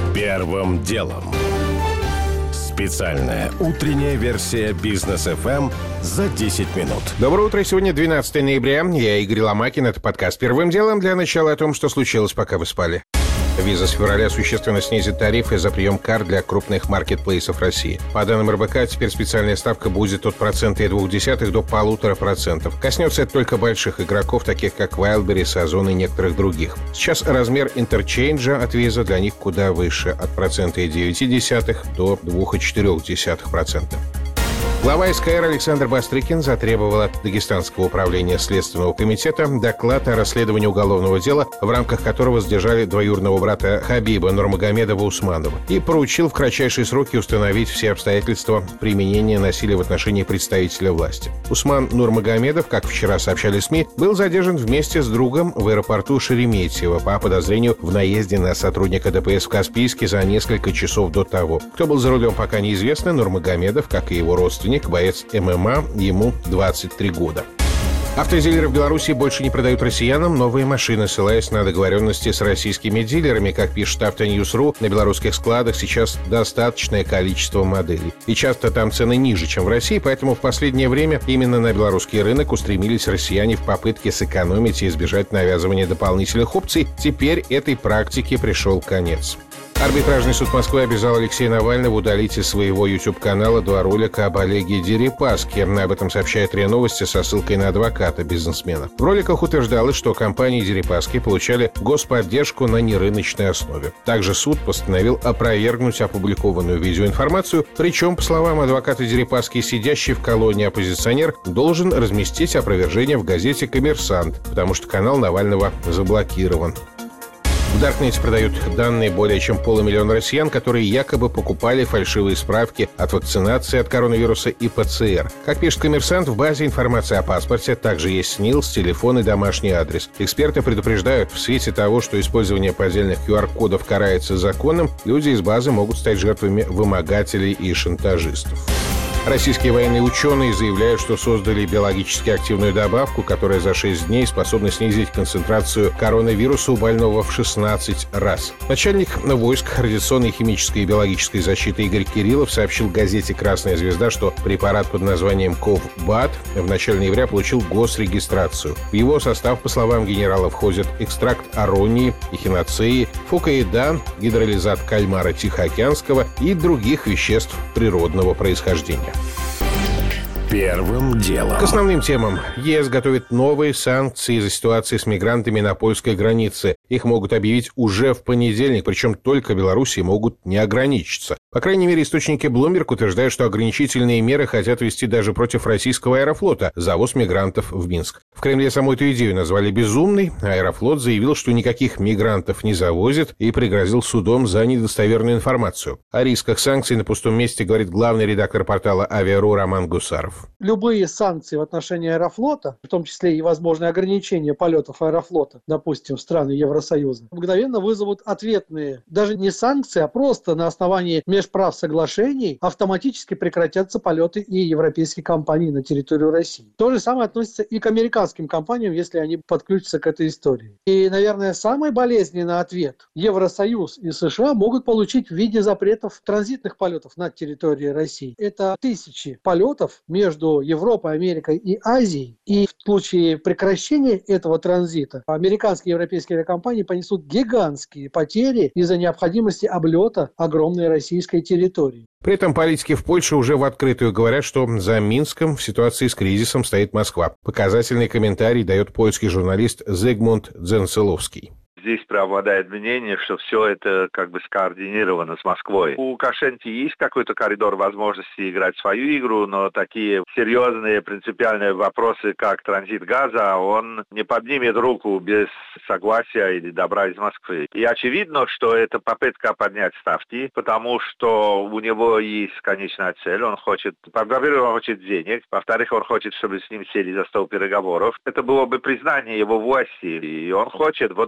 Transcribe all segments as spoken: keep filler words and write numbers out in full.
Первым делом. Специальная утренняя версия Бизнес эф эм за десять минут. Доброе утро. Сегодня двенадцатое ноября. Я Игорь Ломакин. Это подкаст «Первым делом». Для начала о том, что случилось, пока вы спали. Виза с февраля существенно снизит тарифы за прием карт для крупных маркетплейсов России. По данным эр бэ ка, теперь специальная ставка будет от процента и двух десятых до полутора процентов. Коснется это только больших игроков, таких как Wildberries, Озон и некоторых других. Сейчас размер интерчейнджа от виза для них куда выше, от процента и девяти десятых до двух и четырех десятых процента. Глава эс ка эр Александр Бастрыкин затребовал от Дагестанского управления Следственного комитета доклад о расследовании уголовного дела, в рамках которого задержали двоюродного брата Хабиба Нурмагомедова Усманова, и поручил в кратчайшие сроки установить все обстоятельства применения насилия в отношении представителя власти. Усман Нурмагомедов, как вчера сообщали СМИ, был задержан вместе с другом в аэропорту Шереметьево по подозрению в наезде на сотрудника дэ пэ эс в Каспийске за несколько часов до того. Кто был за рулем, пока неизвестно. Нурмагомедов, как и его родственник, боец эм эм а, ему двадцать три года. Автодилеры в Беларуси больше не продают россиянам новые машины, ссылаясь на договоренности с российскими дилерами. Как пишет Автоньюз точка ру, на белорусских складах сейчас достаточное количество моделей. И часто там цены ниже, чем в России, поэтому в последнее время именно на белорусский рынок устремились россияне в попытке сэкономить и избежать навязывания дополнительных опций. Теперь этой практике пришел конец. Арбитражный суд Москвы обязал Алексея Навального удалить из своего YouTube-канала два ролика об Олеге Дерипаске. Об этом сообщает РИА Новости со ссылкой на адвоката бизнесмена. В роликах утверждалось, что компании Дерипаски получали господдержку на нерыночной основе. Также суд постановил опровергнуть опубликованную видеоинформацию, причем, по словам адвоката Дерипаски, сидящий в колонии оппозиционер должен разместить опровержение в газете «Коммерсант», потому что канал Навального заблокирован. В Даркнете продают данные более чем полумиллиона россиян, которые якобы покупали фальшивые справки от вакцинации от коронавируса и пэ цэ эр. Как пишет «Коммерсант», в базе информация о паспорте также есть СНИЛС, телефон и домашний адрес. Эксперты предупреждают, в свете того, что использование поддельных ку ар кодов карается законом, люди из базы могут стать жертвами вымогателей и шантажистов. Российские военные ученые заявляют, что создали биологически активную добавку, которая за шесть дней способна снизить концентрацию коронавируса у больного в шестнадцать раз. Начальник войск радиационной, химической и биологической защиты Игорь Кириллов сообщил газете «Красная звезда», что препарат под названием Ковбат в начале ноября получил госрегистрацию. В его состав, по словам генерала, входят экстракт аронии, эхиноцеи, фукоидан, гидролизат кальмара тихоокеанского и других веществ природного происхождения. Первым делом. К основным темам. ЕС готовит новые санкции из-за ситуации с мигрантами на польской границе. Их могут объявить уже в понедельник, причем только Белоруссии могут не ограничиться. По крайней мере, источники Bloomberg утверждают, что ограничительные меры хотят ввести даже против российского аэрофлота за ввоз мигрантов в Минск. В Кремле саму эту идею назвали безумной. Аэрофлот заявил, что никаких мигрантов не завозит, и пригрозил судом за недостоверную информацию. О рисках санкций на пустом месте говорит главный редактор портала авиа точка ру Роман Гусаров. Любые санкции в отношении Аэрофлота, в том числе и возможные ограничения полетов Аэрофлота, допустим, в страны Евросоюза, мгновенно вызовут ответные, даже не санкции, а просто на основании межправ соглашений автоматически прекратятся полеты и европейских компаний на территорию России. То же самое относится и к американским компаниям, если они подключатся к этой истории. И, наверное, самый болезненный ответ Евросоюз и США могут получить в виде запретов транзитных полетов над территорией России. Это тысячи полетов между Европой, Америкой и Азией. И в случае прекращения этого транзита американские и европейские авиакомпании понесут гигантские потери из-за необходимости облета огромной российской территории. При этом политики в Польше уже в открытую говорят, что за Минском в ситуации с кризисом стоит Москва. Показательный комментарий дает польский журналист Зигмунд Дзенцеловский. Здесь преобладает мнение, что все это как бы скоординировано с Москвой. У Лукашенко есть какой-то коридор возможности играть свою игру, но такие серьезные принципиальные вопросы, как транзит газа, он не поднимет руку без согласия или добра из Москвы. И очевидно, что это попытка поднять ставки, потому что у него есть конечная цель. Он хочет, во-первых, он хочет денег, во-вторых, он хочет, чтобы с ним сели за стол переговоров. Это было бы признание его власти, и он хочет вот этого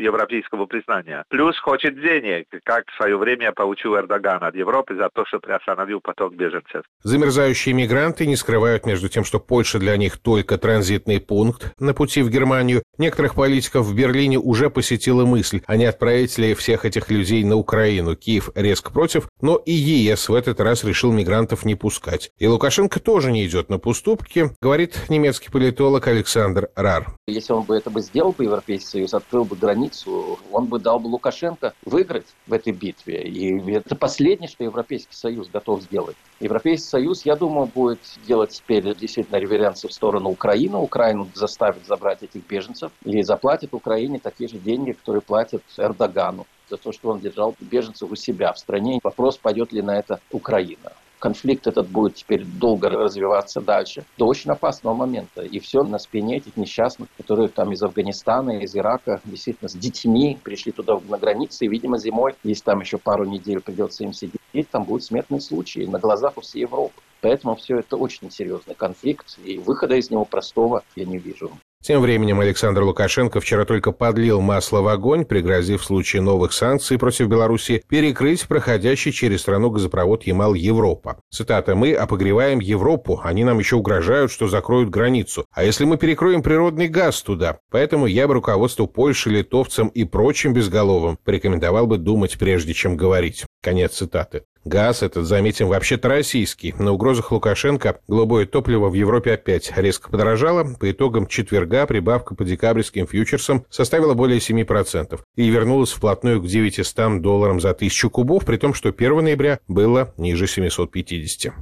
европейского признания. Плюс хочет денег, как в свое время получил Эрдоган от Европы за то, что приостановил поток беженцев. Замерзающие мигранты не скрывают между тем, что Польша для них только транзитный пункт на пути в Германию. Некоторых политиков в Берлине уже посетила мысль, а не отправить ли всех этих людей на Украину. Киев резко против, но и ЕС в этот раз решил мигрантов не пускать. И Лукашенко тоже не идет на поступки, говорит немецкий политолог Александр Рар. Если он бы это бы сделал, бы Европейский Союз открыл бы границу, он бы дал бы Лукашенко выиграть в этой битве. И это последнее, что Европейский Союз готов сделать. Европейский Союз, я думаю, будет делать теперь действительно реверансы в сторону Украины. Украину заставит забрать этих беженцев и заплатит Украине такие же деньги, которые платят Эрдогану за то, что он держал беженцев у себя в стране. Вопрос, пойдет ли на это Украина. Конфликт этот будет теперь долго развиваться дальше, до очень опасного момента. И все на спине этих несчастных, которые там из Афганистана, из Ирака, действительно с детьми пришли туда на границе. И, видимо, зимой, если там еще пару недель придется им сидеть, там будут смертные случаи на глазах у всей Европы. Поэтому все это очень серьезный конфликт, и выхода из него простого я не вижу. Тем временем Александр Лукашенко вчера только подлил масло в огонь, пригрозив в случае новых санкций против Беларуси перекрыть проходящий через страну газопровод Ямал-Европа. Цитата: «Мы обогреваем Европу, они нам еще угрожают, что закроют границу. А если мы перекроем природный газ туда? Поэтому я бы руководству Польши, литовцам и прочим безголовым порекомендовал бы думать, прежде чем говорить». Конец цитаты. Газ этот, заметим, вообще-то российский. На угрозах Лукашенко голубое топливо в Европе опять резко подорожало. По итогам четверга прибавка по декабрьским фьючерсам составила более семь процентов и вернулась вплотную к девятистам долларам за тысячу кубов, при том, что первого ноября было ниже семисот пятидесяти.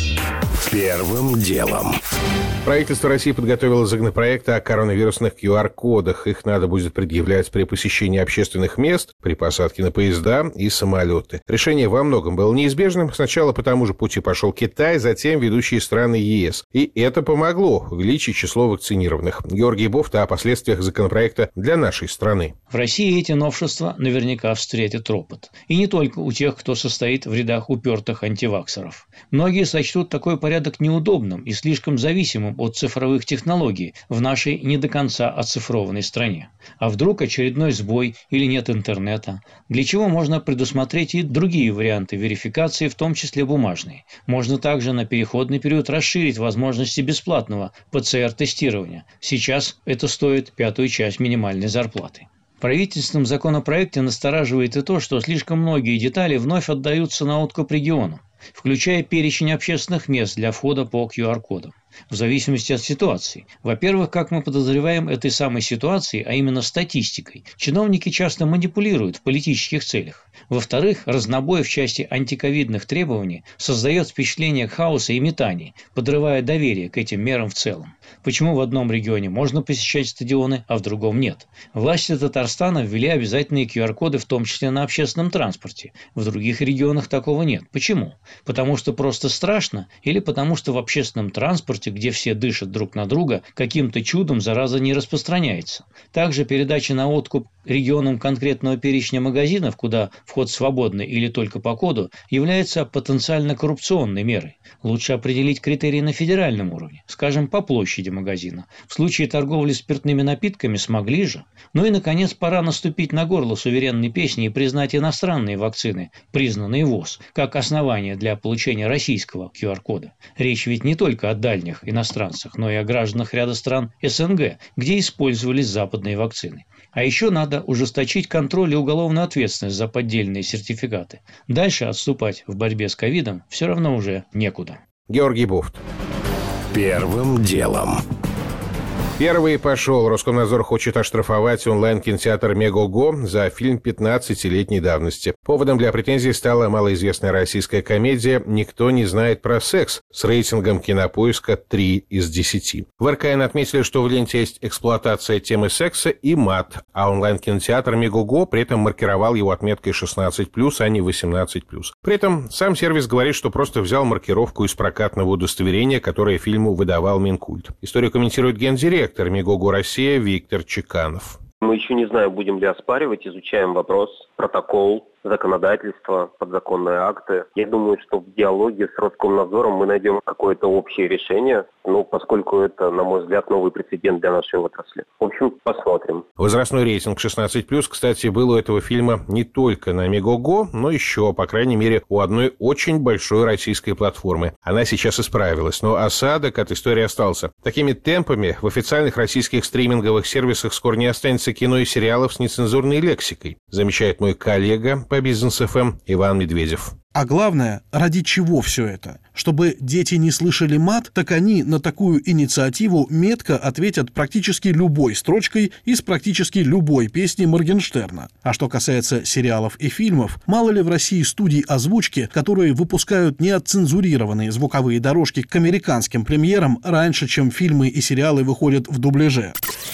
Первым делом. Правительство России подготовило законопроект о коронавирусных ку ар кодах. Их надо будет предъявлять при посещении общественных мест, при посадке на поезда и самолеты. Решение во многом было неизбежным. Сначала по тому же пути пошел Китай, затем ведущие страны е эс. И это помогло увеличить число вакцинированных. Георгий Бофт о последствиях законопроекта для нашей страны. В России эти новшества наверняка встретят ропот. И не только у тех, кто состоит в рядах упертых антиваксеров. Многие сочтут такой порядок неудобным и слишком зависимым от цифровых технологий в нашей не до конца оцифрованной стране. А вдруг очередной сбой или нет интернета? Для чего можно предусмотреть и другие варианты верификации, в том числе бумажные. Можно также на переходный период расширить возможности бесплатного пэ цэ эр-тестирования. Сейчас это стоит пятую часть минимальной зарплаты. В правительственном законопроекте настораживает и то, что слишком многие детали вновь отдаются на откуп регионам, включая перечень общественных мест для входа по ку ар кодам. В зависимости от ситуации. Во-первых, как мы подозреваем, этой самой ситуацией, а именно статистикой, чиновники часто манипулируют в политических целях. Во-вторых, разнобой в части антиковидных требований создает впечатление хаоса и метаний, подрывая доверие к этим мерам в целом. Почему в одном регионе можно посещать стадионы, а в другом нет? Власти Татарстана ввели обязательные ку ар коды, в том числе на общественном транспорте. В других регионах такого нет. Почему? Потому что просто страшно или потому что в общественном транспорте, где все дышат друг на друга, каким-то чудом зараза не распространяется. Также передача на откуп регионам конкретного перечня магазинов, куда вход свободный или только по коду, является потенциально коррупционной мерой. Лучше определить критерии на федеральном уровне, скажем, по площади магазина. В случае торговли спиртными напитками смогли же. Ну и, наконец, пора наступить на горло суверенной песни и признать иностранные вакцины, признанные ВОЗ, как основание для получения российского ку ар кода. Речь ведь не только о дальних иностранцах, но и о гражданах ряда стран эс эн гэ, где использовались западные вакцины. А еще надо ужесточить контроль и уголовную ответственность за поддельные сертификаты. Дальше отступать в борьбе с ковидом все равно уже некуда. Георгий Бофт. Первым делом. Первый пошел. Роскомнадзор хочет оштрафовать онлайн-кинотеатр Мегого за фильм пятнадцатилетней давности. Поводом для претензий стала малоизвестная российская комедия «Никто не знает про секс» с рейтингом Кинопоиска три из десяти. В эр ка эн отметили, что в ленте есть эксплуатация темы секса и мат, а онлайн-кинотеатр Мегого при этом маркировал его отметкой шестнадцать плюс, а не восемнадцать плюс. При этом сам сервис говорит, что просто взял маркировку из прокатного удостоверения, которое фильму выдавал Минкульт. Историю комментирует гендиректор Мегого Россия Виктор Чеканов. Мы еще не знаем, будем ли оспаривать, изучаем вопрос, протокол законодательство, подзаконные акты. Я думаю, что в диалоге с Роскомнадзором мы найдем какое-то общее решение, ну, поскольку это, на мой взгляд, новый прецедент для нашей отрасли. В общем, посмотрим. Возрастной рейтинг шестнадцать плюс, кстати, был у этого фильма не только на Мегого, но еще, по крайней мере, у одной очень большой российской платформы. Она сейчас исправилась, но осадок от истории остался. Такими темпами в официальных российских стриминговых сервисах скоро не останется кино и сериалов с нецензурной лексикой, замечает мой коллега по Бизнес эф эм Иван Медведев. А главное, ради чего все это? Чтобы дети не слышали мат, так они на такую инициативу метко ответят практически любой строчкой из практически любой песни Моргенштерна. А что касается сериалов и фильмов, мало ли в России студий озвучки, которые выпускают неотцензурированные звуковые дорожки к американским премьерам раньше, чем фильмы и сериалы выходят в дубляже.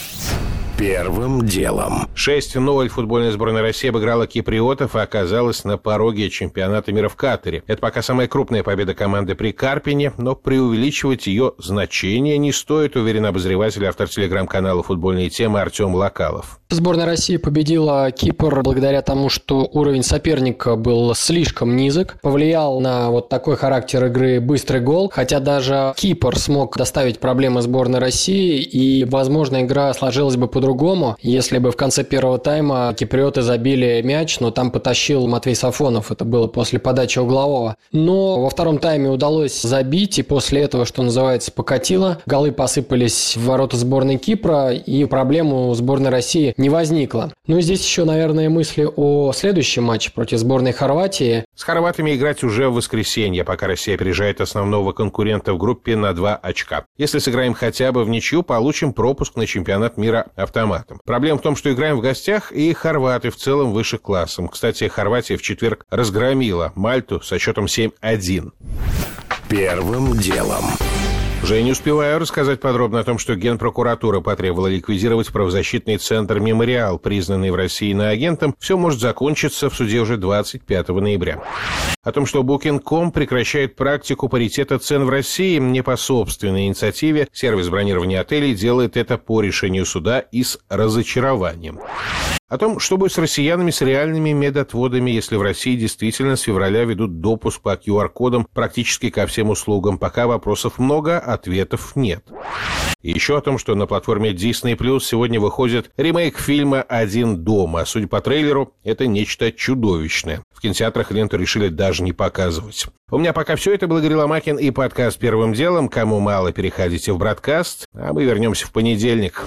Первым делом. шесть ноль футбольная сборная России обыграла киприотов и оказалась на пороге чемпионата мира в Катаре. Это пока самая крупная победа команды при Карпине, но преувеличивать ее значение не стоит, уверен обозреватель, автор телеграм-канала «Футбольные темы» Артем Локалов. Сборная России победила Кипр благодаря тому, что уровень соперника был слишком низок. Повлиял на вот такой характер игры быстрый гол. Хотя даже Кипр смог доставить проблемы сборной России, и, возможно, игра сложилась бы по-другому, если бы в конце первого тайма киприоты забили мяч, но там потащил Матвей Сафонов. Это было после подачи углового. Но во втором тайме удалось забить, и после этого, что называется, покатило. Голы посыпались в ворота сборной Кипра, и проблему у сборной России не возникло. Ну и здесь еще, наверное, мысли о следующем матче против сборной Хорватии. С хорватами играть уже в воскресенье, пока Россия опережает основного конкурента в группе на два очка. Если сыграем хотя бы в ничью, получим пропуск на чемпионат мира автоматом. Проблема в том, что играем в гостях, и хорваты в целом выше классом. Кстати, Хорватия в четверг разгромила Мальту со счетом семь один. Первым делом. Уже не успеваю рассказать подробно о том, что Генпрокуратура потребовала ликвидировать правозащитный центр «Мемориал», признанный в России иноагентом. Все может закончиться в суде уже двадцать пятого ноября. О том, что букинг точка ком прекращает практику паритета цен в России не по собственной инициативе. Сервис бронирования отелей делает это по решению суда и с разочарованием. О том, что будет с россиянами с реальными медотводами, если в России действительно с февраля ведут допуск по ку ар кодам практически ко всем услугам. Пока вопросов много, ответов нет. И еще о том, что на платформе Disney плюс сегодня выходит ремейк фильма «Один дома». Судя по трейлеру, это нечто чудовищное. В кинотеатрах ленту решили даже не показывать. У меня пока все. Это был Игорь Ломакин и подкаст «Первым делом». Кому мало, переходите в бродкаст, а мы вернемся в понедельник.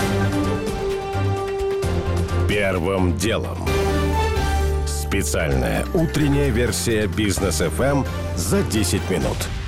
Первым делом. Специальная утренняя версия Бизнес эф эм за десять минут.